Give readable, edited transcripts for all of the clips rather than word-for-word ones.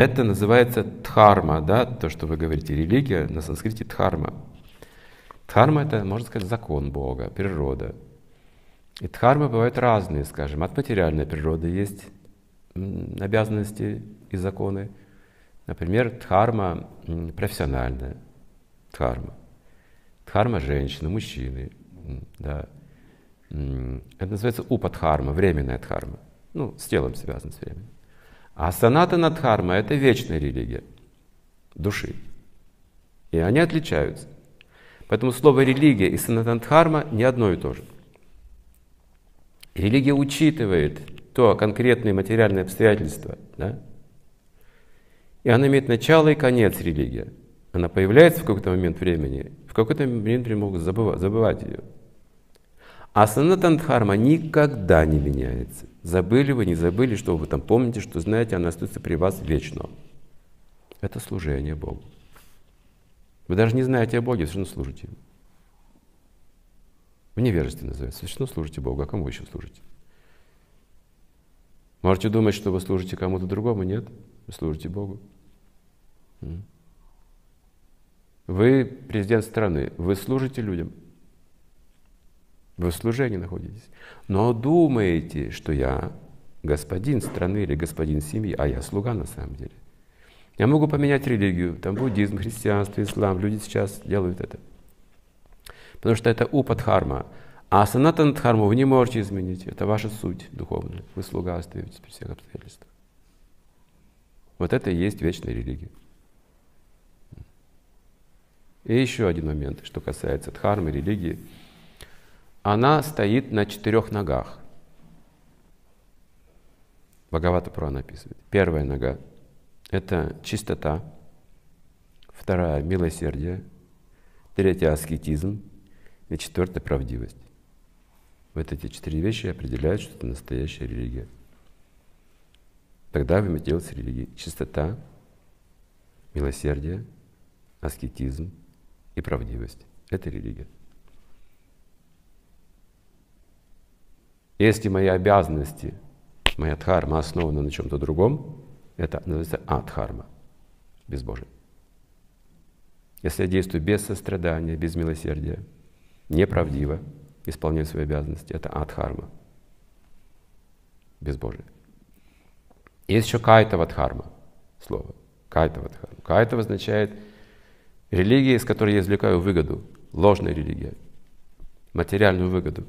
Это называется дхарма, да, то, что вы говорите, религия, на санскрите дхарма. Дхарма — это, можно сказать, закон Бога, природа. И дхармы бывают разные, скажем, от материальной природы есть обязанности и законы. Например, дхарма профессиональная, дхарма. Дхарма женщины, мужчины. Да. Это называется упадхарма, временная дхарма. Ну, с телом связано с временем. А санатана дхарма — это вечная религия души. И они отличаются. Поэтому слово религия и санатана дхарма не одно и то же. Религия учитывает то конкретные материальные обстоятельства, да? И она имеет начало и конец, религия. Она появляется в какой-то момент времени, в какой-то момент времени могут забывать ее. А санатана дхарма никогда не меняется. Забыли вы, не забыли, что вы там помните, что знаете, она остается при вас вечно. Это служение Богу. Вы даже не знаете о Боге, все равно служите Ему. В невежестве называется. Все равно служите Богу, а кому вы еще служите? Можете думать, что вы служите кому-то другому, нет? Вы служите Богу. Вы президент страны, вы служите людям. Вы в служении находитесь. Но думаете, что я господин страны или господин семьи, а я слуга на самом деле. Я могу поменять религию, там буддизм, христианство, ислам. Люди сейчас делают это. Потому что это упадхарма. А санатана дхарму вы не можете изменить. Это ваша суть духовная. Вы слуга остаетесь при всех обстоятельствах. Вот это и есть вечная религия. И еще один момент, что касается дхармы, религии. Она стоит на 4 ногах. Бхагавата Пурана описывает. Первая нога — это чистота. Вторая — милосердие. Третья — аскетизм. И 4 — правдивость. Вот эти 4 вещи определяют, что это настоящая религия. Тогда вы делаете религией. Чистота, милосердие, аскетизм и правдивость. Это религия. Если мои обязанности, моя дхарма основана на чем-то другом, это называется адхарма, безбожие. Если я действую без сострадания, без милосердия, неправдиво исполняю свои обязанности, это адхарма, безбожие. Есть еще кайтава дхарма, слово. Кайтава дхарма. Кайтава означает религия, из которой я извлекаю выгоду, ложная религия, материальную выгоду.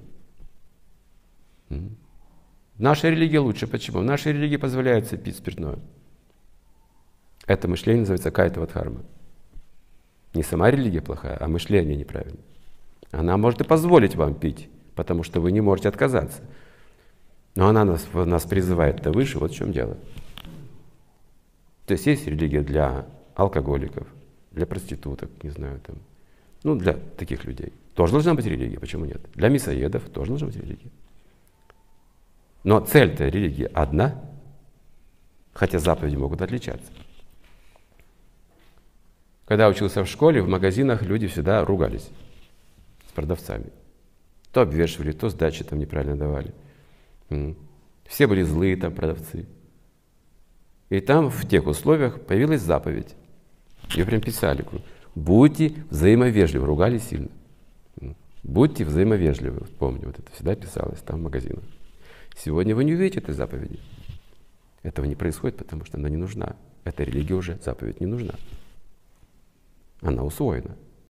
Наша религия лучше. Почему? В нашей религии позволяется пить спиртное. Это мышление называется кайтава дхарма. Не сама религия плохая, а мышление неправильное. Она может и позволить вам пить, потому что вы не можете отказаться. Но она нас призывает-то выше, вот в чем дело. То есть есть религия для алкоголиков, для проституток, не знаю, там, ну, для таких людей. Тоже должна быть религия, почему нет? Для мясоедов тоже должна быть религия. Но цель-то религии одна, хотя заповеди могут отличаться. Когда я учился в школе, в магазинах люди всегда ругались с продавцами. То обвешивали, то сдачи там неправильно давали. Все были злые там продавцы. И там в тех условиях появилась заповедь. Ее прям писали. Будьте взаимовежливы. Ругали сильно. Будьте взаимовежливы. Помню, вот это всегда писалось там в магазинах. Сегодня вы не увидите этой заповеди. Этого не происходит, потому что она не нужна. Эта религия уже, заповедь не нужна. Она усвоена.